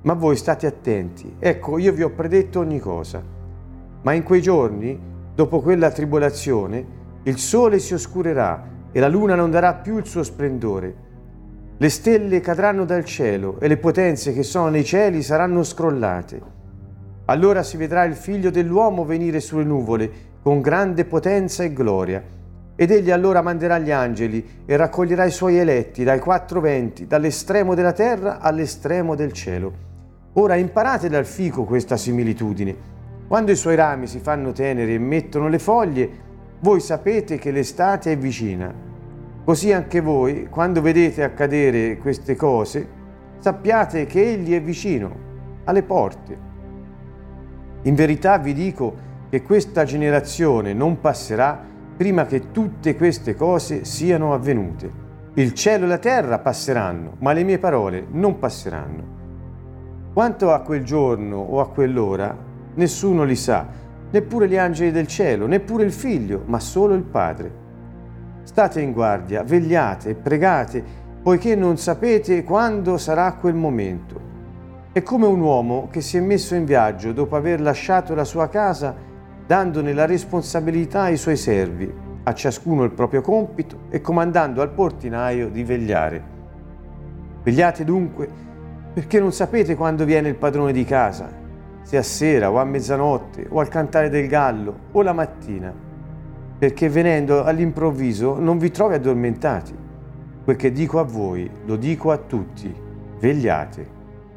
Ma voi state attenti, ecco, io vi ho predetto ogni cosa. Ma in quei giorni, dopo quella tribolazione, il sole si oscurerà e la luna non darà più il suo splendore. Le stelle cadranno dal cielo e le potenze che sono nei cieli saranno scrollate. Allora si vedrà il Figlio dell'uomo venire sulle nuvole con grande potenza e gloria. Ed egli allora manderà gli angeli e raccoglierà i suoi eletti dai quattro venti, dall'estremo della terra all'estremo del cielo. Ora imparate dal fico questa similitudine. Quando i suoi rami si fanno teneri e mettono le foglie, voi sapete che l'estate è vicina. Così anche voi, quando vedete accadere queste cose, sappiate che egli è vicino, alle porte. In verità vi dico che questa generazione non passerà prima che tutte queste cose siano avvenute. Il cielo e la terra passeranno, ma le mie parole non passeranno. Quanto a quel giorno o a quell'ora, nessuno li sa, neppure gli angeli del cielo, neppure il Figlio, ma solo il Padre. State in guardia, vegliate e pregate, poiché non sapete quando sarà quel momento. È come un uomo che si è messo in viaggio dopo aver lasciato la sua casa, dandone la responsabilità ai suoi servi, a ciascuno il proprio compito e comandando al portinaio di vegliare. Vegliate dunque, perché non sapete quando viene il padrone di casa, se a sera o a mezzanotte o al cantare del gallo o la mattina, perché venendo all'improvviso non vi trovi addormentati. Quel che dico a voi lo dico a tutti, vegliate.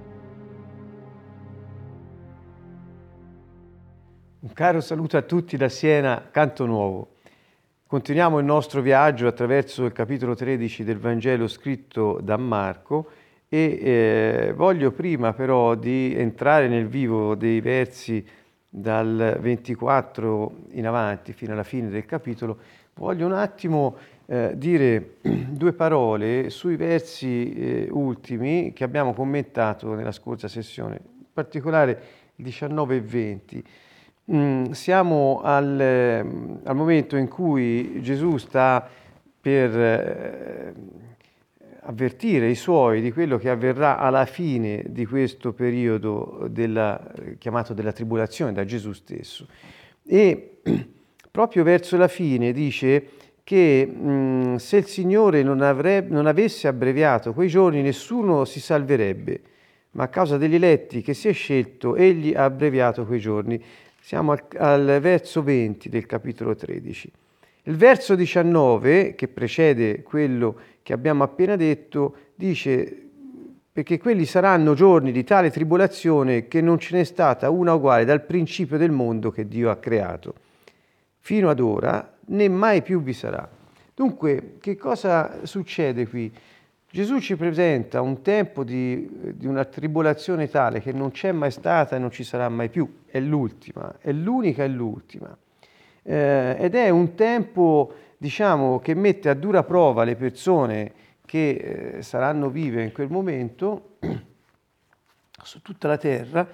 Un caro saluto a tutti da Siena, Canto Nuovo. Continuiamo il nostro viaggio attraverso il capitolo 13 del Vangelo scritto da Marco e voglio prima però di entrare nel vivo dei versi dal 24 in avanti fino alla fine del capitolo, voglio un attimo dire due parole sui versi ultimi che abbiamo commentato nella scorsa sessione, in particolare il 19 e 20. Siamo al momento in cui Gesù sta per avvertire i suoi di quello che avverrà alla fine di questo periodo chiamato della tribolazione da Gesù stesso. E proprio verso la fine dice che se il Signore non avesse abbreviato quei giorni, nessuno si salverebbe, ma a causa degli eletti che si è scelto, egli ha abbreviato quei giorni. Siamo al verso 20 del capitolo 13. Il verso 19, che precede quello che abbiamo appena detto, dice: perché quelli saranno giorni di tale tribolazione che non ce n'è stata una uguale dal principio del mondo che Dio ha creato, fino ad ora, né mai più vi sarà. Dunque, che cosa succede qui? Gesù ci presenta un tempo di una tribolazione tale che non c'è mai stata e non ci sarà mai più, è l'ultima, è l'unica e l'ultima. Ed è un tempo, diciamo, che mette a dura prova le persone che saranno vive in quel momento su tutta la terra,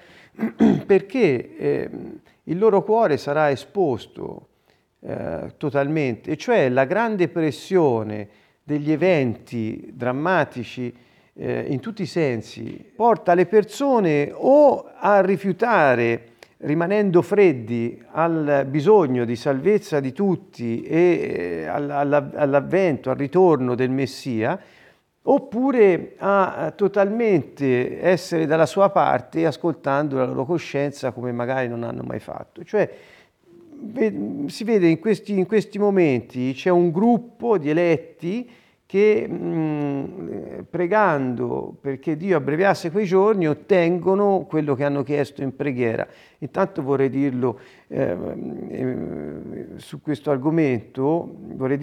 perché il loro cuore sarà esposto totalmente, e cioè la grande pressione degli eventi drammatici in tutti i sensi porta le persone o a rifiutare, rimanendo freddi al bisogno di salvezza di tutti e all'avvento, al ritorno del Messia, oppure a totalmente essere dalla sua parte ascoltando la loro coscienza come magari non hanno mai fatto. Cioè si vede in questi momenti c'è un gruppo di eletti che pregando perché Dio abbreviasse quei giorni ottengono quello che hanno chiesto in preghiera. Intanto vorrei dirlo su questo argomento,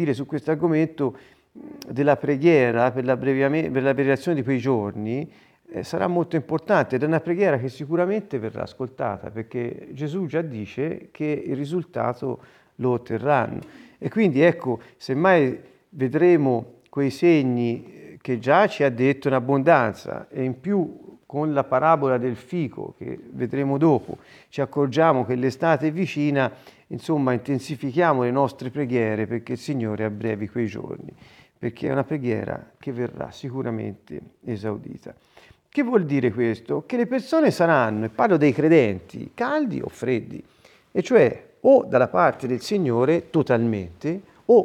della preghiera per l'abbreviazione di quei giorni, sarà molto importante ed è una preghiera che sicuramente verrà ascoltata, perché Gesù già dice che il risultato lo otterranno. E quindi ecco, semmai vedremo quei segni che già ci ha detto in abbondanza, e in più con la parabola del fico che vedremo dopo ci accorgiamo che l'estate è vicina, insomma intensifichiamo le nostre preghiere perché il Signore abbrevi quei giorni, perché è una preghiera che verrà sicuramente esaudita. Che vuol dire questo? Che le persone saranno, e parlo dei credenti, caldi o freddi, e cioè o dalla parte del Signore totalmente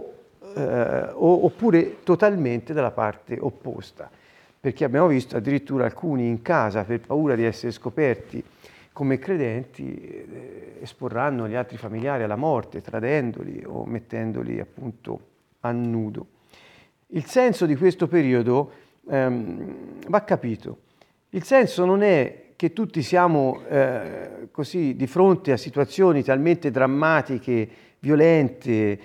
oppure totalmente dalla parte opposta, perché abbiamo visto addirittura alcuni in casa per paura di essere scoperti come credenti esporranno gli altri familiari alla morte, tradendoli o mettendoli appunto a nudo. Il senso di questo periodo va capito. Il senso non è che tutti siamo così di fronte a situazioni talmente drammatiche, violente,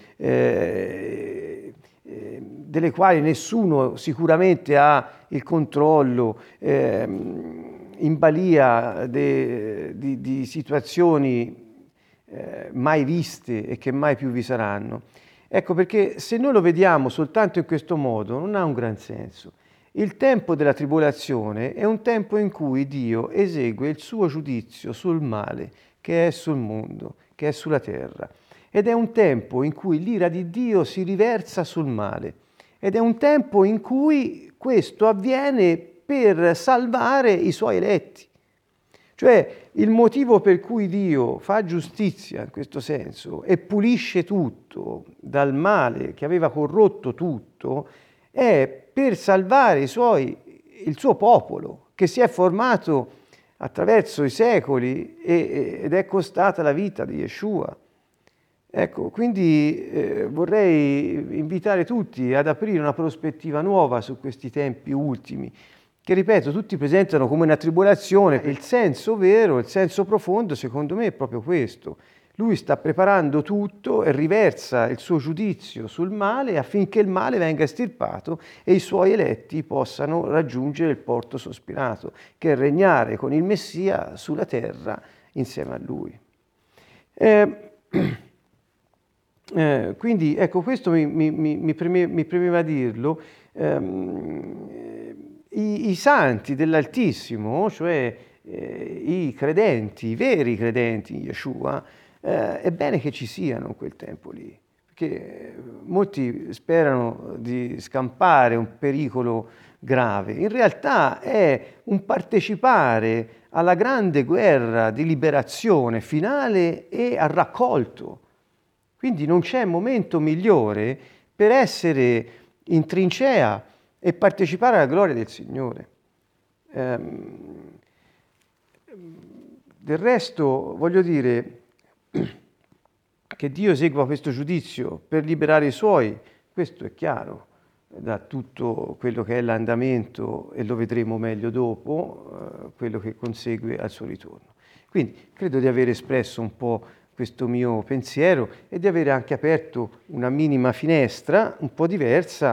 delle quali nessuno sicuramente ha il controllo, in balia di situazioni mai viste e che mai più vi saranno. Ecco, perché se noi lo vediamo soltanto in questo modo non ha un gran senso. Il tempo della tribolazione è un tempo in cui Dio esegue il suo giudizio sul male che è sul mondo, che è sulla terra. Ed è un tempo in cui l'ira di Dio si riversa sul male. Ed è un tempo in cui questo avviene per salvare i suoi eletti. Cioè il motivo per cui Dio fa giustizia in questo senso e pulisce tutto dal male che aveva corrotto tutto è per salvare il suo popolo che si è formato attraverso i secoli ed è costata la vita di Yeshua. Ecco, quindi vorrei invitare tutti ad aprire una prospettiva nuova su questi tempi ultimi, che ripeto, tutti presentano come una tribolazione. Il senso vero, il senso profondo, secondo me, è proprio questo. Lui sta preparando tutto e riversa il suo giudizio sul male affinché il male venga estirpato e i suoi eletti possano raggiungere il porto sospirato, che è regnare con il Messia sulla terra insieme a lui. Quindi ecco, questo mi premeva dirlo. I santi dell'Altissimo, cioè i credenti, i veri credenti in Yeshua, è bene che ci siano in quel tempo lì, perché molti sperano di scampare un pericolo grave. In realtà è un partecipare alla grande guerra di liberazione finale e al raccolto. Quindi non c'è momento migliore per essere in trincea e partecipare alla gloria del Signore. Del resto, voglio dire, che Dio esegua questo giudizio per liberare i Suoi, questo è chiaro da tutto quello che è l'andamento, e lo vedremo meglio dopo, quello che consegue al suo ritorno. Quindi credo di aver espresso un po' questo mio pensiero e di avere anche aperto una minima finestra un po' diversa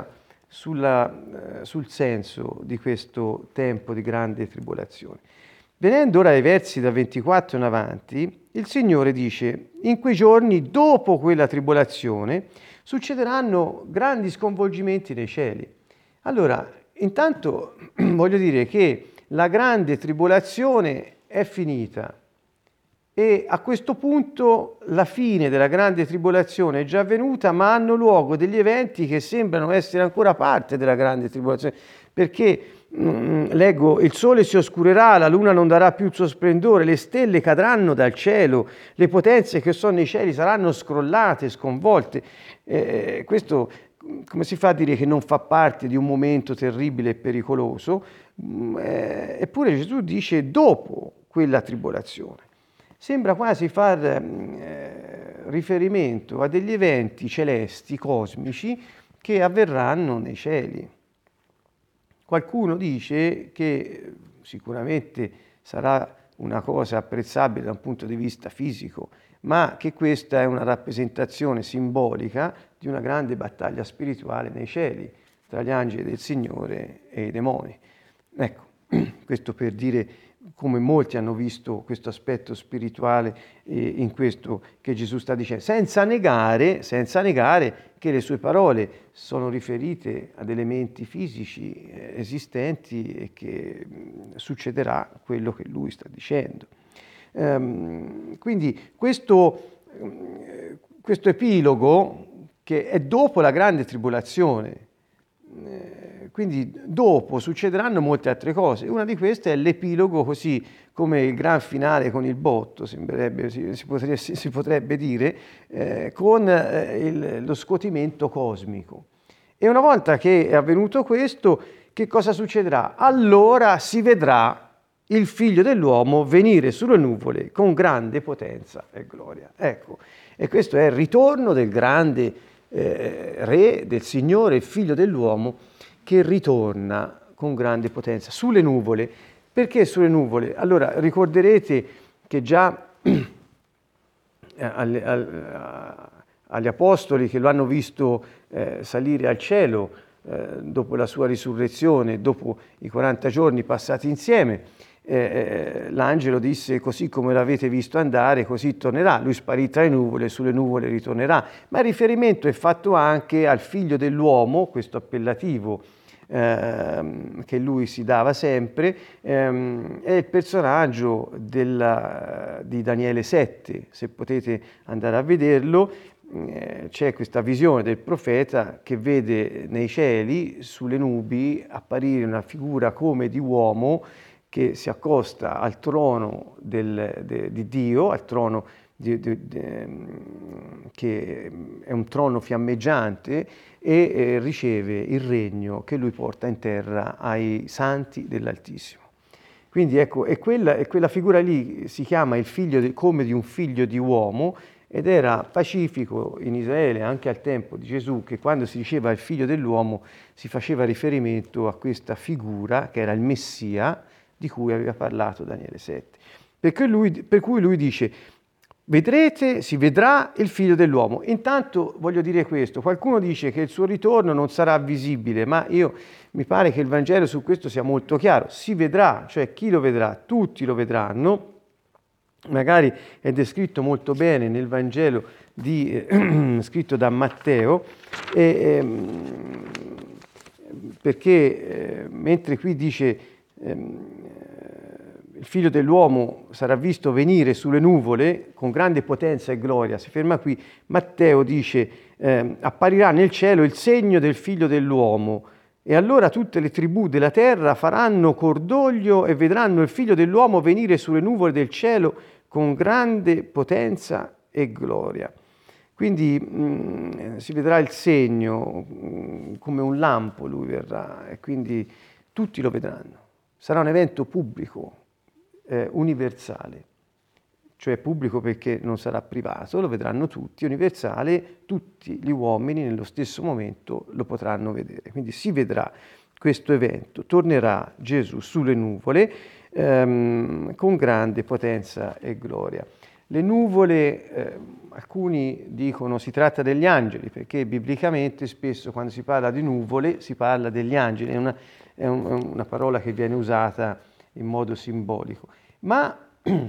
sul senso di questo tempo di grande tribolazione. Venendo ora ai versi da 24 in avanti, il Signore dice: in quei giorni, dopo quella tribolazione, succederanno grandi sconvolgimenti nei cieli. Allora, intanto voglio dire che la grande tribolazione è finita e a questo punto la fine della grande tribolazione è già avvenuta, ma hanno luogo degli eventi che sembrano essere ancora parte della grande tribolazione, perché leggo: il sole si oscurerà, la luna non darà più il suo splendore, le stelle cadranno dal cielo, le potenze che sono nei cieli saranno scrollate, sconvolte. Questo come si fa a dire che non fa parte di un momento terribile e pericoloso? Eppure Gesù dice dopo quella tribolazione. Sembra quasi far riferimento a degli eventi celesti, cosmici, che avverranno nei cieli. Qualcuno dice che sicuramente sarà una cosa apprezzabile da un punto di vista fisico, ma che questa è una rappresentazione simbolica di una grande battaglia spirituale nei cieli, tra gli angeli del Signore e i demoni. Ecco, questo per dire come molti hanno visto questo aspetto spirituale in questo che Gesù sta dicendo, senza negare che le sue parole sono riferite ad elementi fisici esistenti e che succederà quello che lui sta dicendo. Quindi questo epilogo, che è dopo la grande tribolazione, quindi dopo succederanno molte altre cose. Una di queste è l'epilogo, così come il gran finale con il botto, sembrerebbe, si potrebbe dire, con lo scuotimento cosmico. E una volta che è avvenuto questo, che cosa succederà? Allora si vedrà il Figlio dell'uomo venire sulle nuvole con grande potenza e gloria. Ecco, e questo è il ritorno del grande Re, del Signore, il Figlio dell'uomo, che ritorna con grande potenza sulle nuvole. Perché sulle nuvole? Allora, ricorderete che già agli apostoli che lo hanno visto salire al cielo dopo la sua risurrezione, dopo i 40 giorni passati insieme, l'angelo disse: così come l'avete visto andare, così tornerà. Lui sparì tra le nuvole, sulle nuvole ritornerà. Ma il riferimento è fatto anche al Figlio dell'uomo, questo appellativo che lui si dava sempre, è il personaggio di Daniele 7. Se potete andare a vederlo, c'è questa visione del profeta che vede nei cieli, sulle nubi, apparire una figura come di uomo che si accosta al trono di Dio, al trono che è un trono fiammeggiante, e riceve il regno che lui porta in terra ai santi dell'Altissimo. Quindi ecco, e quella figura lì si chiama il figlio come di un figlio di uomo, ed era pacifico in Israele anche al tempo di Gesù che quando si diceva il figlio dell'uomo si faceva riferimento a questa figura che era il Messia di cui aveva parlato Daniele 7. Per cui lui dice: vedrete, si vedrà il figlio dell'uomo. Intanto voglio dire questo: qualcuno dice che il suo ritorno non sarà visibile, ma mi pare che il Vangelo su questo sia molto chiaro. Si vedrà, cioè chi lo vedrà? Tutti lo vedranno. Magari è descritto molto bene nel Vangelo scritto da Matteo, perché mentre qui dice il figlio dell'uomo sarà visto venire sulle nuvole con grande potenza e gloria, si ferma qui. Matteo dice apparirà nel cielo il segno del figlio dell'uomo, e allora tutte le tribù della terra faranno cordoglio e vedranno il figlio dell'uomo venire sulle nuvole del cielo con grande potenza e gloria. Quindi si vedrà il segno, come un lampo lui verrà, e quindi tutti lo vedranno. Sarà un evento pubblico, universale, cioè pubblico perché non sarà privato, lo vedranno tutti, universale, tutti gli uomini nello stesso momento lo potranno vedere. Quindi si vedrà questo evento, tornerà Gesù sulle nuvole con grande potenza e gloria. Le nuvole, alcuni dicono si tratta degli angeli, perché biblicamente spesso quando si parla di nuvole si parla degli angeli, è una parola che viene usata in modo simbolico. Ma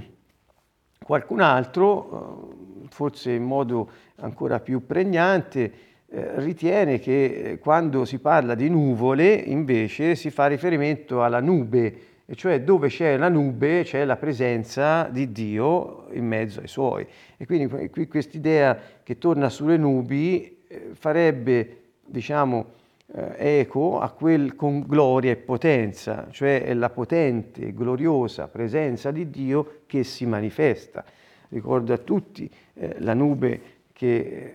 qualcun altro, forse in modo ancora più pregnante, ritiene che quando si parla di nuvole invece si fa riferimento alla nube, e cioè dove c'è la nube c'è la presenza di Dio in mezzo ai suoi. E quindi qui quest'idea che torna sulle nubi farebbe, diciamo, eco a quel con gloria e potenza, cioè è la potente, gloriosa presenza di Dio che si manifesta. Ricordo a tutti la nube che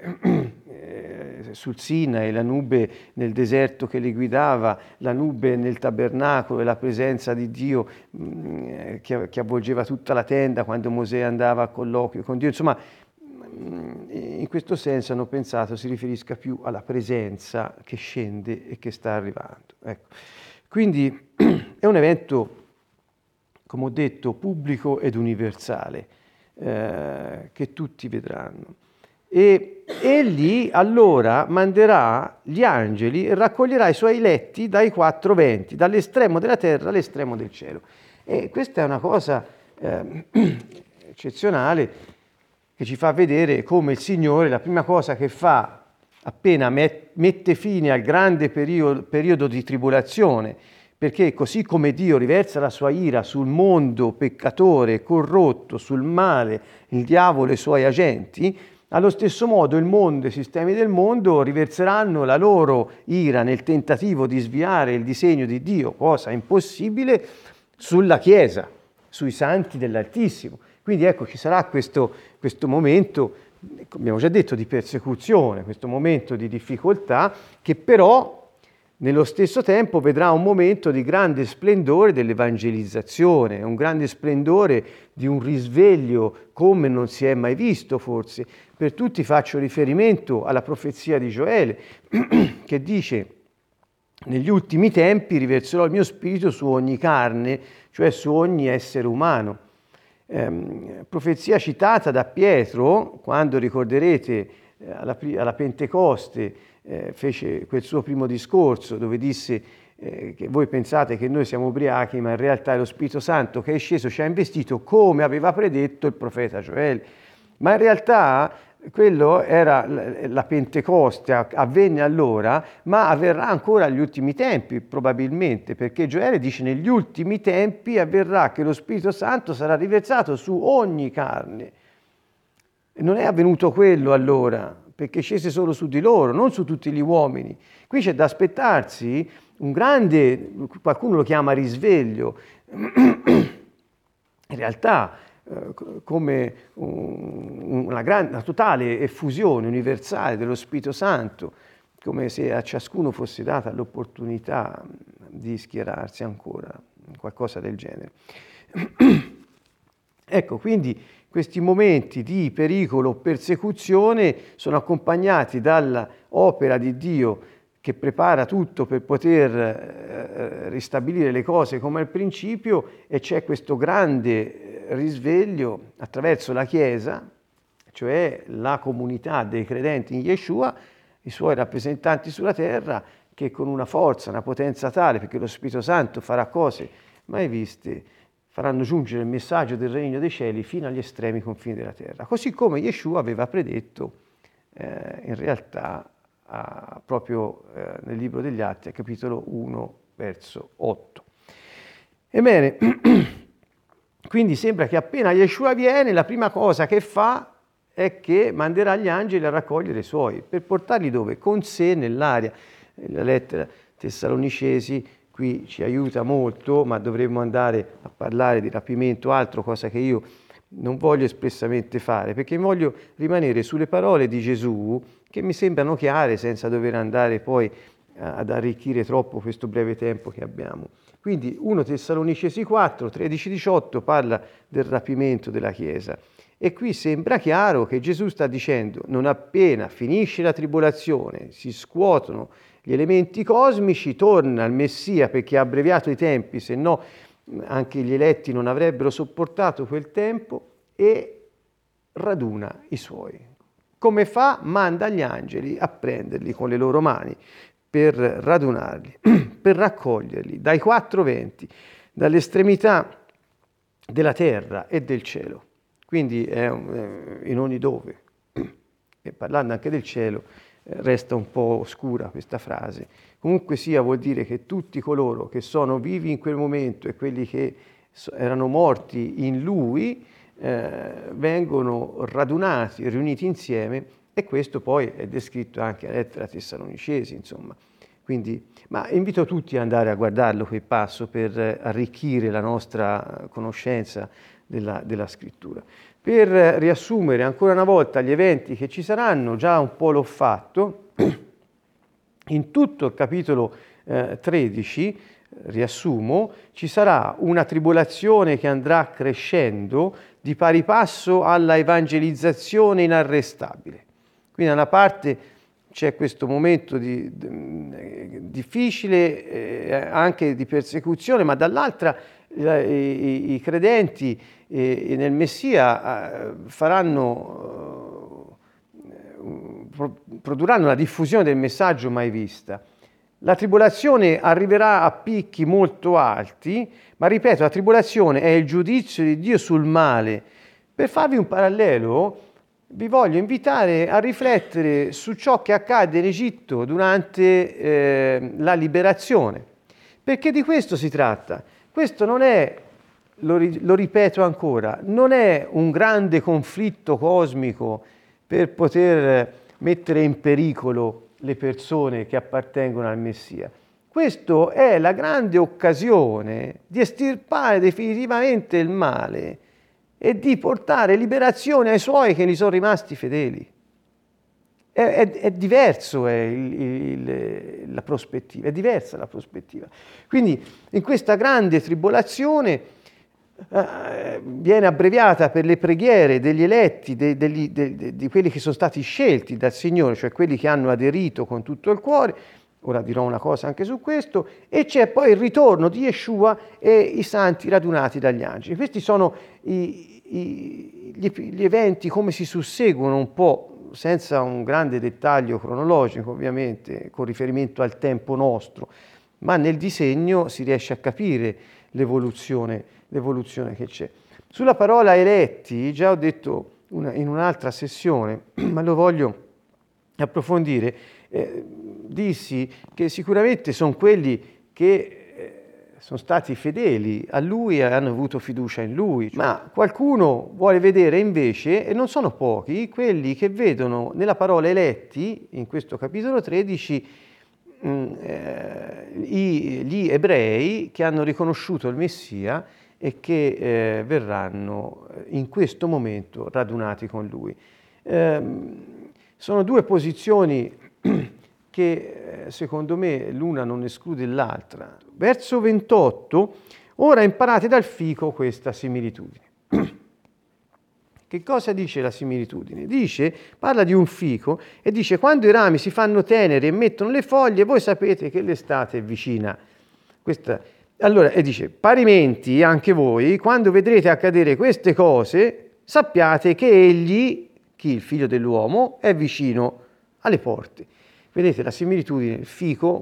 sul Sinai, la nube nel deserto che li guidava, la nube nel tabernacolo e la presenza di Dio che avvolgeva tutta la tenda quando Mosè andava a colloquio con Dio. Insomma, in questo senso hanno pensato si riferisca più alla presenza che scende e che sta arrivando. Ecco. Quindi è un evento, come ho detto, pubblico ed universale, che tutti vedranno. E egli allora manderà gli angeli e raccoglierà i suoi eletti dai quattro venti, dall'estremo della terra all'estremo del cielo. E questa è una cosa eccezionale, che ci fa vedere come il Signore, la prima cosa che fa appena mette fine al grande periodo di tribolazione, perché così come Dio riversa la sua ira sul mondo peccatore, corrotto, sul male, il diavolo e i suoi agenti, Allo stesso modo il mondo, i sistemi del mondo riverseranno la loro ira nel tentativo di sviare il disegno di Dio, cosa impossibile, sulla Chiesa, sui santi dell'Altissimo. Quindi ecco, ci sarà questo momento, abbiamo già detto, di persecuzione, questo momento di difficoltà, che però nello stesso tempo vedrà un momento di grande splendore dell'evangelizzazione, un grande splendore di un risveglio come non si è mai visto forse. Per tutti faccio riferimento alla profezia di Gioele, che dice: negli ultimi tempi riverserò il mio spirito su ogni carne, cioè su ogni essere umano. Profezia citata da Pietro, quando ricorderete alla Pentecoste fece quel suo primo discorso dove disse che voi pensate che noi siamo ubriachi, ma in realtà è lo Spirito Santo che è sceso, ci ha investito come aveva predetto il profeta Gioele. Ma in realtà quello era la Pentecoste, avvenne allora, ma avverrà ancora agli ultimi tempi probabilmente, perché Gioele dice: negli ultimi tempi avverrà che lo Spirito Santo sarà riversato su ogni carne. E non è avvenuto quello allora, perché scese solo su di loro, non su tutti gli uomini. Qui c'è da aspettarsi un grande, qualcuno lo chiama risveglio, in realtà come una totale effusione universale dello Spirito Santo, come se a ciascuno fosse data l'opportunità di schierarsi ancora, qualcosa del genere. Ecco, quindi questi momenti di pericolo o persecuzione sono accompagnati dall'opera di Dio che prepara tutto per poter ristabilire le cose come al principio, e c'è questo grande risveglio attraverso la Chiesa, cioè la comunità dei credenti in Yeshua, i suoi rappresentanti sulla terra, che con una forza, una potenza tale, perché lo Spirito Santo farà cose mai viste, faranno giungere il messaggio del regno dei cieli fino agli estremi confini della terra, così come Yeshua aveva predetto in realtà proprio nel libro degli Atti, capitolo 1, verso 8. Ebbene, quindi sembra che appena Yeshua viene, la prima cosa che fa è che manderà gli angeli a raccogliere i suoi, per portarli dove? Con sé nell'aria. La lettera Tessalonicesi qui ci aiuta molto, ma dovremmo andare a parlare di rapimento, altro, cosa che io non voglio espressamente fare, perché voglio rimanere sulle parole di Gesù, che mi sembrano chiare, senza dover andare poi ad arricchire troppo questo breve tempo che abbiamo. Quindi 1 Tessalonicesi 4, 13-18 parla del rapimento della Chiesa. E qui sembra chiaro che Gesù sta dicendo: non appena finisce la tribolazione, si scuotono gli elementi cosmici, torna il Messia, perché ha abbreviato i tempi, se no anche gli eletti non avrebbero sopportato quel tempo, e raduna i suoi. Come fa? Manda gli angeli a prenderli con le loro mani, per radunarli, per raccoglierli dai quattro venti, dall'estremità della terra e del cielo. Quindi è in ogni dove. E parlando anche del cielo, resta un po' oscura questa frase. Comunque sia, vuol dire che tutti coloro che sono vivi in quel momento e quelli che erano morti in Lui vengono radunati, riuniti insieme, e questo poi è descritto anche nella lettera Tessalonicesi, insomma. Quindi, ma invito tutti ad andare a guardarlo quel passo per arricchire la nostra conoscenza della Scrittura. Per riassumere ancora una volta gli eventi che ci saranno, già un po' l'ho fatto, in tutto il capitolo 13, riassumo, ci sarà una tribolazione che andrà crescendo di pari passo alla evangelizzazione inarrestabile. Quindi da una parte c'è questo momento difficile, anche di persecuzione, ma dall'altra i credenti nel Messia produrranno una diffusione del messaggio mai vista. La tribolazione arriverà a picchi molto alti, ma ripeto, la tribolazione è il giudizio di Dio sul male. Per farvi un parallelo, vi voglio invitare a riflettere su ciò che accade in Egitto durante la liberazione, perché di questo si tratta. Questo non è, lo ripeto ancora, non è un grande conflitto cosmico per poter mettere in pericolo le persone che appartengono al Messia. Questa è la grande occasione di estirpare definitivamente il male e di portare liberazione ai suoi che gli sono rimasti fedeli. È diverso la prospettiva, è diversa la prospettiva. Quindi in questa grande tribolazione viene abbreviata per le preghiere degli eletti, di quelli che sono stati scelti dal Signore, cioè quelli che hanno aderito con tutto il cuore. Ora dirò una cosa anche su questo, e c'è poi il ritorno di Yeshua e i santi radunati dagli angeli. Questi sono gli eventi come si susseguono un po', senza un grande dettaglio cronologico ovviamente, con riferimento al tempo nostro, ma nel disegno si riesce a capire l'evoluzione che c'è. Sulla parola eletti, già ho detto in un'altra sessione, ma lo voglio approfondire, dissi che sicuramente sono quelli che sono stati fedeli a Lui e hanno avuto fiducia in Lui, ma qualcuno vuole vedere invece, e non sono pochi, quelli che vedono nella parola eletti, in questo capitolo 13, gli ebrei che hanno riconosciuto il Messia e che verranno in questo momento radunati con Lui. Sono due posizioni che secondo me l'una non esclude l'altra. Verso 28, ora imparate dal fico questa similitudine. Che cosa dice la similitudine? Parla di un fico e dice: quando i rami si fanno teneri e mettono le foglie, voi sapete che l'estate è vicina. Allora, e dice: parimenti anche voi, quando vedrete accadere queste cose, sappiate che egli, chi? Il figlio dell'uomo, è vicino alle porte. Vedete la similitudine, il fico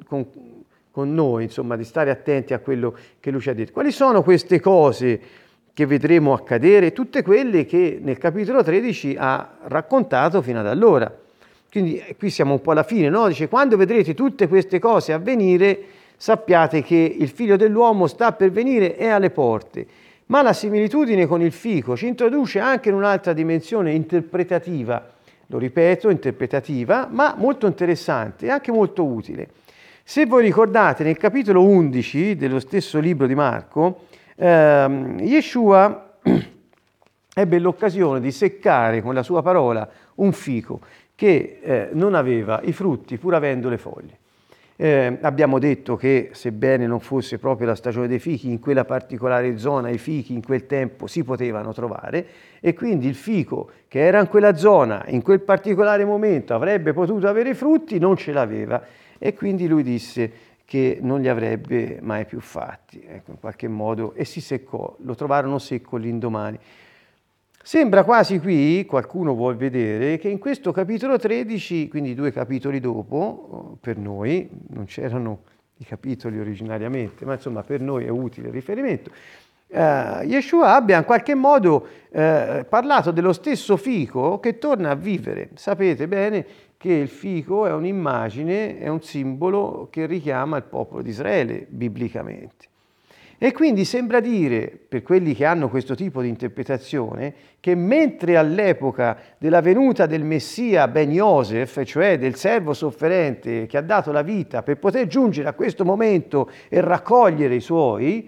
con noi, insomma, di stare attenti a quello che lui ci ha detto. Quali sono queste cose che vedremo accadere? Tutte quelle che nel capitolo 13 ha raccontato fino ad allora. Quindi qui siamo un po' alla fine, no? Dice: quando vedrete tutte queste cose avvenire, sappiate che il figlio dell'uomo sta per venire, è alle porte. Ma la similitudine con il fico ci introduce anche in un'altra dimensione interpretativa, lo ripeto, interpretativa, ma molto interessante e anche molto utile. Se voi ricordate, nel capitolo 11 dello stesso libro di Marco, Yeshua ebbe l'occasione di seccare con la sua parola un fico che non aveva i frutti pur avendo le foglie. Abbiamo detto che, sebbene non fosse proprio la stagione dei fichi, in quella particolare zona i fichi in quel tempo si potevano trovare, e quindi il fico che era in quella zona, in quel particolare momento, avrebbe potuto avere i frutti, non ce l'aveva, e quindi lui disse che non li avrebbe mai più fatti, ecco, in qualche modo, e si seccò, lo trovarono secco l'indomani. Sembra quasi qui, qualcuno vuol vedere, che in questo capitolo 13, quindi 2 capitoli dopo, per noi, non c'erano i capitoli originariamente, ma insomma per noi è utile il riferimento, Yeshua abbia in qualche modo parlato dello stesso fico che torna a vivere. Sapete bene che il fico è un'immagine, è un simbolo che richiama il popolo di Israele biblicamente. E quindi sembra dire, per quelli che hanno questo tipo di interpretazione, che mentre all'epoca della venuta del Messia Ben Yosef, cioè del servo sofferente che ha dato la vita per poter giungere a questo momento e raccogliere i suoi,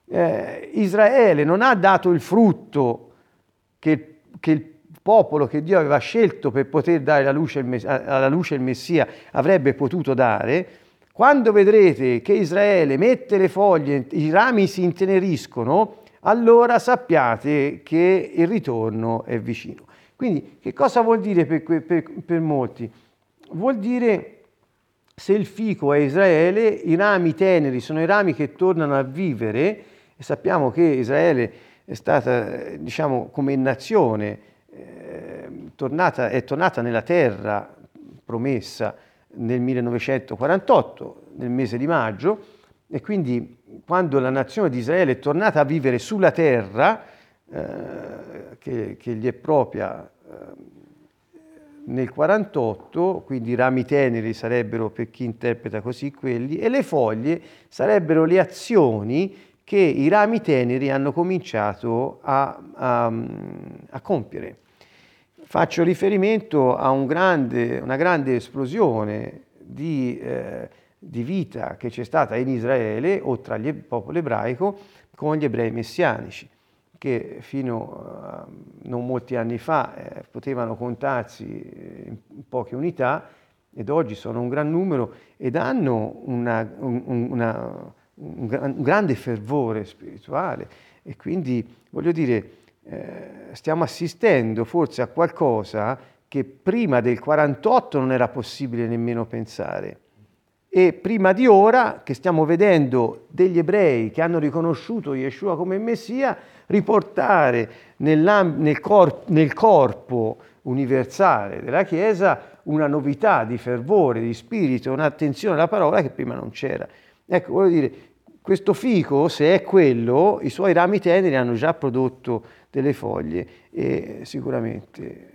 Israele non ha dato il frutto che il popolo che Dio aveva scelto per poter dare alla luce il Messia avrebbe potuto dare. Quando vedrete che Israele mette le foglie, i rami si inteneriscono, allora sappiate che il ritorno è vicino. Quindi che cosa vuol dire per molti? Vuol dire, se il fico è Israele, i rami teneri sono i rami che tornano a vivere, e sappiamo che Israele è stata, diciamo, come nazione, è tornata nella terra promessa nel 1948, nel mese di maggio, e quindi quando la nazione di Israele è tornata a vivere sulla terra che gli è propria nel 48, quindi i rami teneri sarebbero, per chi interpreta così, quelli, e le foglie sarebbero le azioni che i rami teneri hanno cominciato a compiere. faccio riferimento a una grande esplosione di vita che c'è stata in Israele o tra il popolo ebraico con gli ebrei messianici, che fino a non molti anni fa potevano contarsi in poche unità ed oggi sono un gran numero ed hanno un grande fervore spirituale e quindi voglio dire stiamo assistendo forse a qualcosa che prima del 48 non era possibile nemmeno pensare. E prima di ora che stiamo vedendo degli ebrei che hanno riconosciuto Yeshua come Messia riportare nel corpo universale della Chiesa una novità di fervore, di spirito, un'attenzione alla parola che prima non c'era. Ecco, voglio dire, questo fico, se è quello, i suoi rami teneri hanno già prodotto delle foglie e sicuramente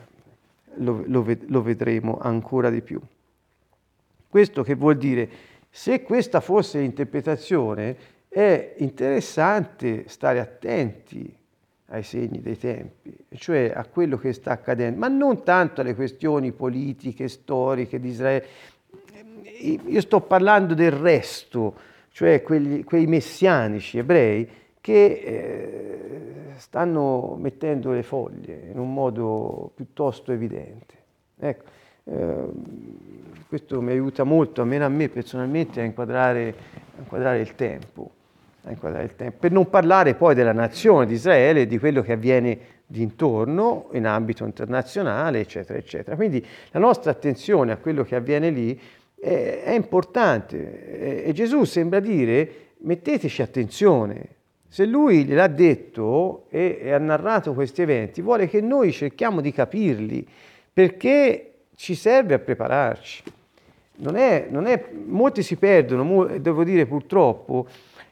lo vedremo ancora di più. Questo che vuol dire? Se questa fosse l'interpretazione, è interessante stare attenti ai segni dei tempi, cioè a quello che sta accadendo, ma non tanto alle questioni politiche, storiche di Israele. Io sto parlando del resto, cioè quei messianici ebrei che stanno mettendo le foglie in un modo piuttosto evidente. Ecco. Questo mi aiuta molto, almeno a me personalmente, a inquadrare il tempo, per non parlare poi della nazione di Israele e di quello che avviene d'intorno in ambito internazionale, eccetera, eccetera. Quindi la nostra attenzione a quello che avviene lì è importante e Gesù sembra dire metteteci attenzione. Se lui gliel'ha detto e ha narrato questi eventi, vuole che noi cerchiamo di capirli, perché ci serve a prepararci. Molti si perdono, devo dire purtroppo,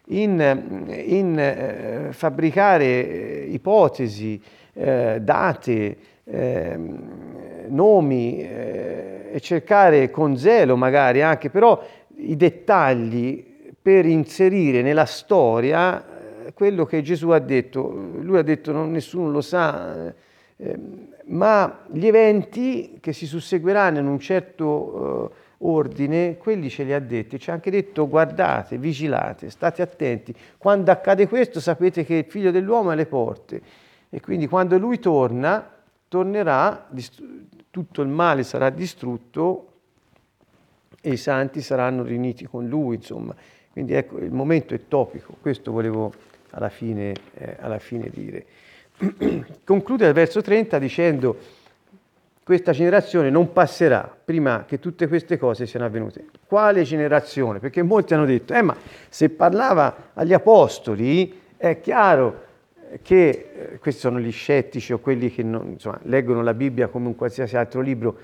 in fabbricare ipotesi, date, nomi e cercare con zelo magari anche però i dettagli per inserire nella storia quello che Gesù ha detto. Lui ha detto nessuno lo sa, ma gli eventi che si susseguiranno in un certo ordine, quelli ce li ha detti. Ci ha anche detto guardate, vigilate, state attenti. Quando accade questo sapete che il Figlio dell'uomo è alle porte. E quindi quando lui tornerà, tutto il male sarà distrutto e i santi saranno riuniti con lui, insomma. Quindi ecco, il momento è topico, questo volevo alla fine dire. Conclude al verso 30 dicendo questa generazione non passerà prima che tutte queste cose siano avvenute. Quale generazione? Perché molti hanno detto ma se parlava agli apostoli è chiaro che questi sono gli scettici o quelli che leggono la Bibbia come un qualsiasi altro libro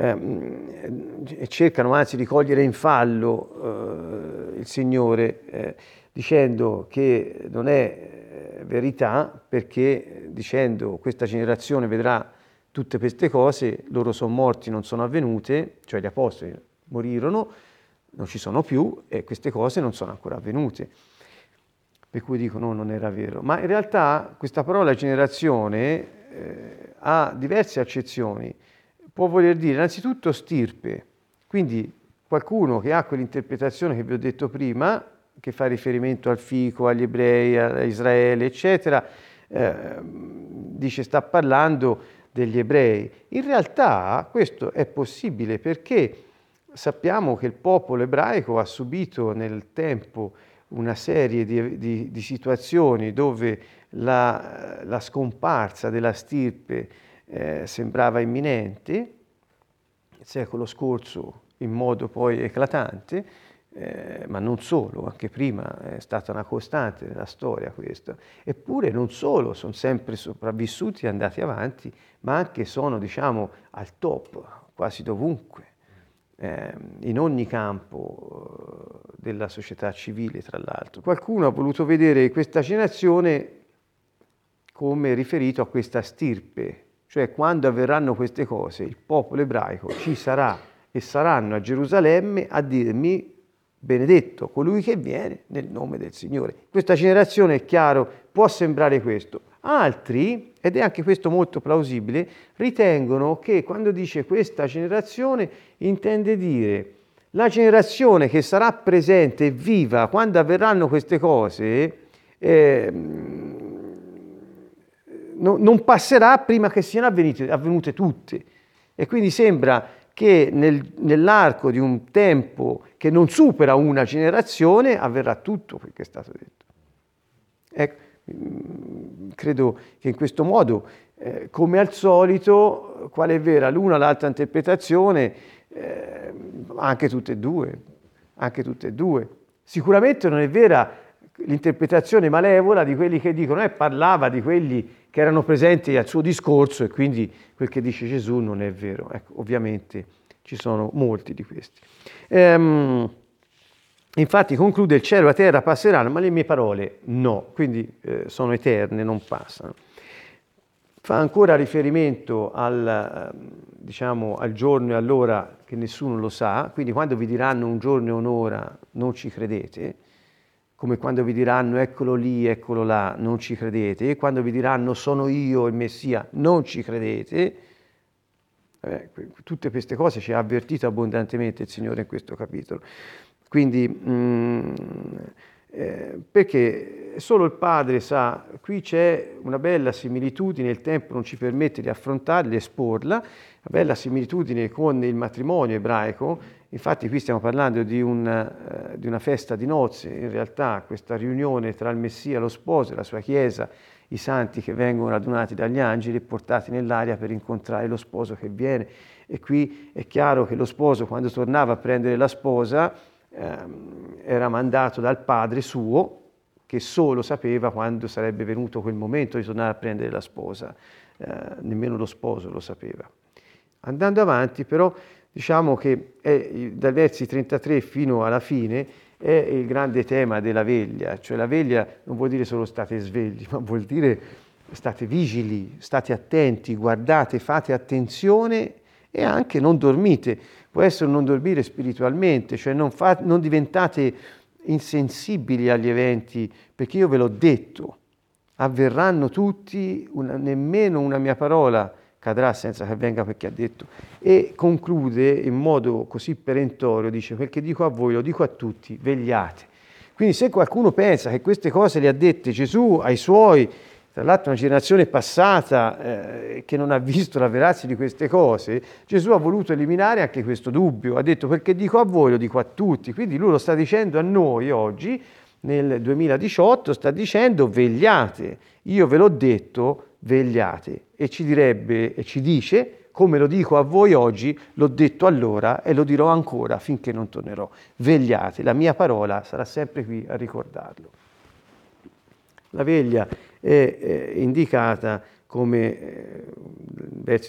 e cercano anzi di cogliere in fallo il Signore dicendo che non è verità, perché dicendo questa generazione vedrà tutte queste cose, loro sono morti, non sono avvenute, cioè gli apostoli morirono, non ci sono più e queste cose non sono ancora avvenute. Per cui dicono non era vero. Ma in realtà questa parola generazione ha diverse accezioni. Può voler dire innanzitutto stirpe, quindi qualcuno che ha quell'interpretazione che vi ho detto prima, che fa riferimento al fico, agli ebrei, a Israele, eccetera, dice sta parlando degli ebrei. In realtà questo è possibile perché sappiamo che il popolo ebraico ha subito nel tempo una serie di situazioni dove la scomparsa della stirpe sembrava imminente, il secolo scorso in modo poi eclatante, ma non solo, anche prima è stata una costante nella storia questo. Eppure non solo, sono sempre sopravvissuti e andati avanti, ma anche sono, diciamo, al top, quasi dovunque, in ogni campo della società civile, tra l'altro. Qualcuno ha voluto vedere questa generazione come riferito a questa stirpe, cioè quando avverranno queste cose, il popolo ebraico ci sarà e saranno a Gerusalemme a dirmi benedetto colui che viene nel nome del Signore. Questa generazione, è chiaro, può sembrare questo. Altri, ed è anche questo molto plausibile, ritengono che quando dice questa generazione intende dire la generazione che sarà presente e viva quando avverranno queste cose, non passerà prima che siano avvenute tutte. E quindi sembra che nell'arco di un tempo che non supera una generazione avverrà tutto quel che è stato detto. Ecco, credo che in questo modo, come al solito, quale è vera l'una o l'altra interpretazione, anche tutte e due. Sicuramente non è vera l'interpretazione malevola di quelli che dicono parlava di quelli che erano presenti al suo discorso e quindi quel che dice Gesù non è vero. Ecco, ovviamente ci sono molti di questi. Infatti conclude: il cielo e la terra passeranno, ma le mie parole no, quindi sono eterne, non passano. Fa ancora riferimento al giorno e all'ora che nessuno lo sa, quindi quando vi diranno un giorno e un'ora non ci credete, come quando vi diranno eccolo lì, eccolo là, non ci credete, e quando vi diranno sono io il Messia, non ci credete. Tutte queste cose ci ha avvertito abbondantemente il Signore in questo capitolo. Quindi, perché solo il Padre sa, qui c'è una bella similitudine, il tempo non ci permette di affrontarla, di esporla, una bella similitudine con il matrimonio ebraico. Infatti qui stiamo parlando di una festa di nozze, in realtà questa riunione tra il Messia, lo sposo e la sua Chiesa, i santi che vengono radunati dagli angeli e portati nell'aria per incontrare lo sposo che viene. E qui è chiaro che lo sposo, quando tornava a prendere la sposa, era mandato dal padre suo, che solo sapeva quando sarebbe venuto quel momento di tornare a prendere la sposa, nemmeno lo sposo lo sapeva. Andando avanti però, diciamo che dai versi 33 fino alla fine è il grande tema della veglia, cioè la veglia non vuol dire solo state svegli, ma vuol dire state vigili, state attenti, guardate, fate attenzione e anche non dormite. Può essere non dormire spiritualmente, cioè non diventate insensibili agli eventi, perché io ve l'ho detto, avverranno tutti, nemmeno una mia parola cadrà senza che avvenga quel che ha detto. E conclude in modo così perentorio, dice: quel che dico a voi lo dico a tutti, vegliate. Quindi se qualcuno pensa che queste cose le ha dette Gesù ai suoi, tra l'altro una generazione passata che non ha visto l'avverarsi di queste cose, Gesù ha voluto eliminare anche questo dubbio, ha detto: quel che dico a voi lo dico a tutti. Quindi lui lo sta dicendo a noi oggi, nel 2018, sta dicendo vegliate, io ve l'ho detto, vegliate. E ci direbbe e ci dice: come lo dico a voi oggi, l'ho detto allora e lo dirò ancora finché non tornerò. Vegliate, la mia parola sarà sempre qui a ricordarlo. La veglia è indicata come versi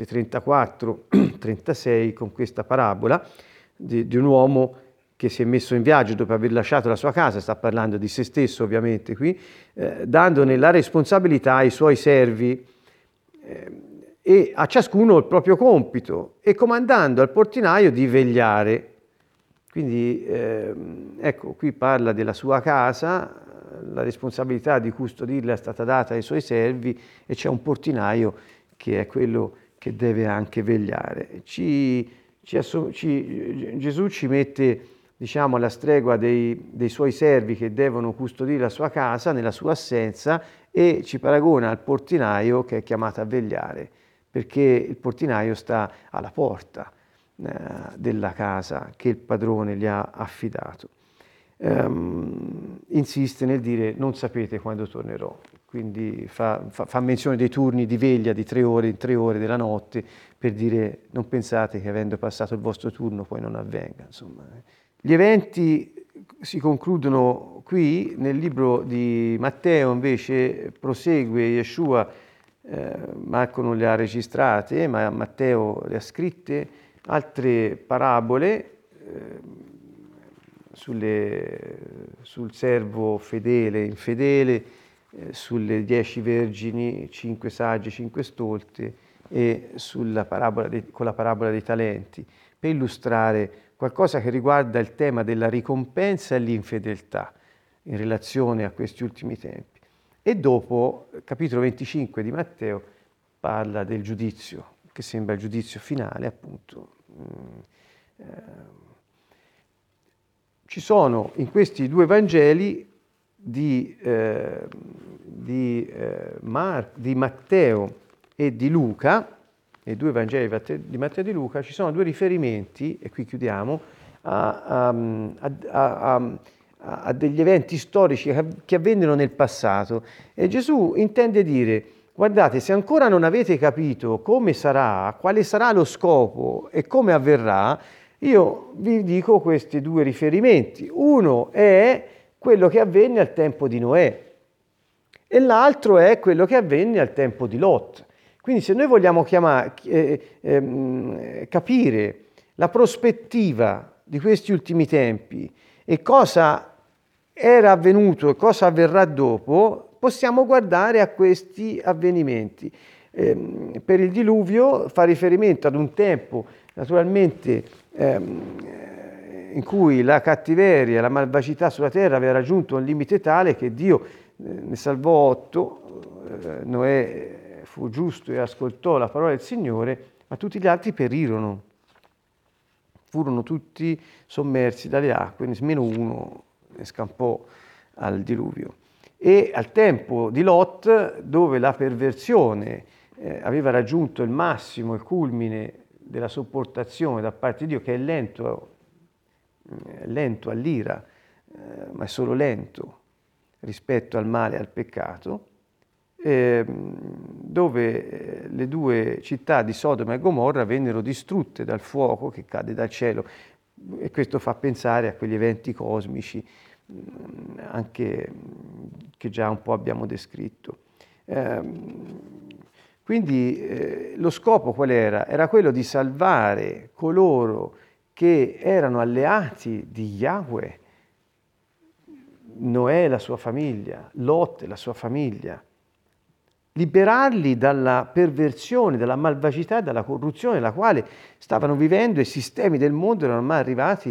34-36 con questa parabola di un uomo che si è messo in viaggio dopo aver lasciato la sua casa, sta parlando di se stesso ovviamente qui, dandone la responsabilità ai suoi servi e a ciascuno il proprio compito e comandando al portinaio di vegliare. Quindi ecco, qui parla della sua casa, la responsabilità di custodirla è stata data ai suoi servi e c'è un portinaio che è quello che deve anche vegliare. Gesù ci mette, diciamo, alla stregua dei suoi servi che devono custodire la sua casa nella sua assenza e ci paragona al portinaio che è chiamato a vegliare, perché il portinaio sta alla porta della casa che il padrone gli ha affidato. Insiste nel dire non sapete quando tornerò, quindi fa menzione dei turni di veglia di 3 ore in 3 ore della notte per dire non pensate che avendo passato il vostro turno poi non avvenga. Insomma. Gli eventi si concludono qui. Nel libro di Matteo invece prosegue Yeshua, Marco non le ha registrate ma Matteo le ha scritte, altre parabole sul servo fedele e infedele, sulle 10 vergini, 5 sagge, 5 stolte e con la parabola dei talenti, per illustrare qualcosa che riguarda il tema della ricompensa e l'infedeltà in relazione a questi ultimi tempi. e dopo, capitolo 25 di Matteo, parla del giudizio, che sembra il giudizio finale, appunto. Ci sono in questi due Vangeli di Matteo e di Luca, nei due Vangeli di Matteo e di Luca, ci sono due riferimenti, e qui chiudiamo, a degli eventi storici che avvennero nel passato. E Gesù intende dire: guardate, se ancora non avete capito come sarà, quale sarà lo scopo e come avverrà, io vi dico questi due riferimenti. Uno è quello che avvenne al tempo di Noè e l'altro è quello che avvenne al tempo di Lot. Quindi se noi vogliamo capire la prospettiva di questi ultimi tempi e cosa era avvenuto e cosa avverrà dopo, possiamo guardare a questi avvenimenti. Per il diluvio fa riferimento ad un tempo naturalmente in cui la cattiveria, la malvagità sulla terra aveva raggiunto un limite tale che Dio ne salvò 8, Noè fu giusto e ascoltò la parola del Signore, ma tutti gli altri perirono. Furono tutti sommersi dalle acque, nemmeno uno ne scampò al diluvio. E al tempo di Lot, dove la perversione aveva raggiunto il massimo, il culmine della sopportazione da parte di Dio, che è lento all'ira, ma è solo lento rispetto al male e al peccato, dove le due città di Sodoma e Gomorra vennero distrutte dal fuoco che cade dal cielo, e questo fa pensare a quegli eventi cosmici anche che già un po' abbiamo descritto. Quindi lo scopo qual era? Era quello di salvare coloro che erano alleati di Yahweh, Noè e la sua famiglia, Lot e la sua famiglia, liberarli dalla perversione, dalla malvagità, dalla corruzione nella quale stavano vivendo, e i sistemi del mondo erano ormai arrivati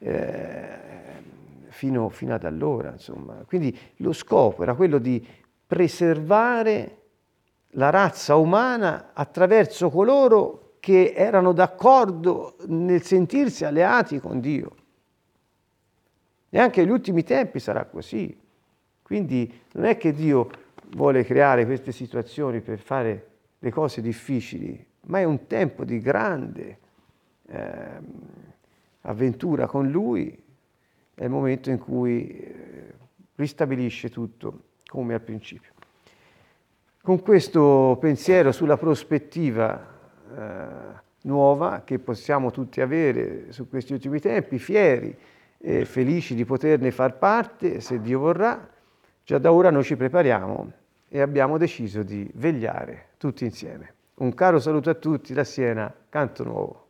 fino ad allora, insomma. Quindi lo scopo era quello di preservare la razza umana attraverso coloro che erano d'accordo nel sentirsi alleati con Dio. E anche negli ultimi tempi sarà così. Quindi non è che Dio vuole creare queste situazioni per fare le cose difficili, ma è un tempo di grande avventura con Lui, è il momento in cui ristabilisce tutto come al principio. Con questo pensiero sulla prospettiva nuova che possiamo tutti avere su questi ultimi tempi, fieri e felici di poterne far parte, se Dio vorrà, già da ora noi ci prepariamo e abbiamo deciso di vegliare tutti insieme. Un caro saluto a tutti da Siena, Canto Nuovo.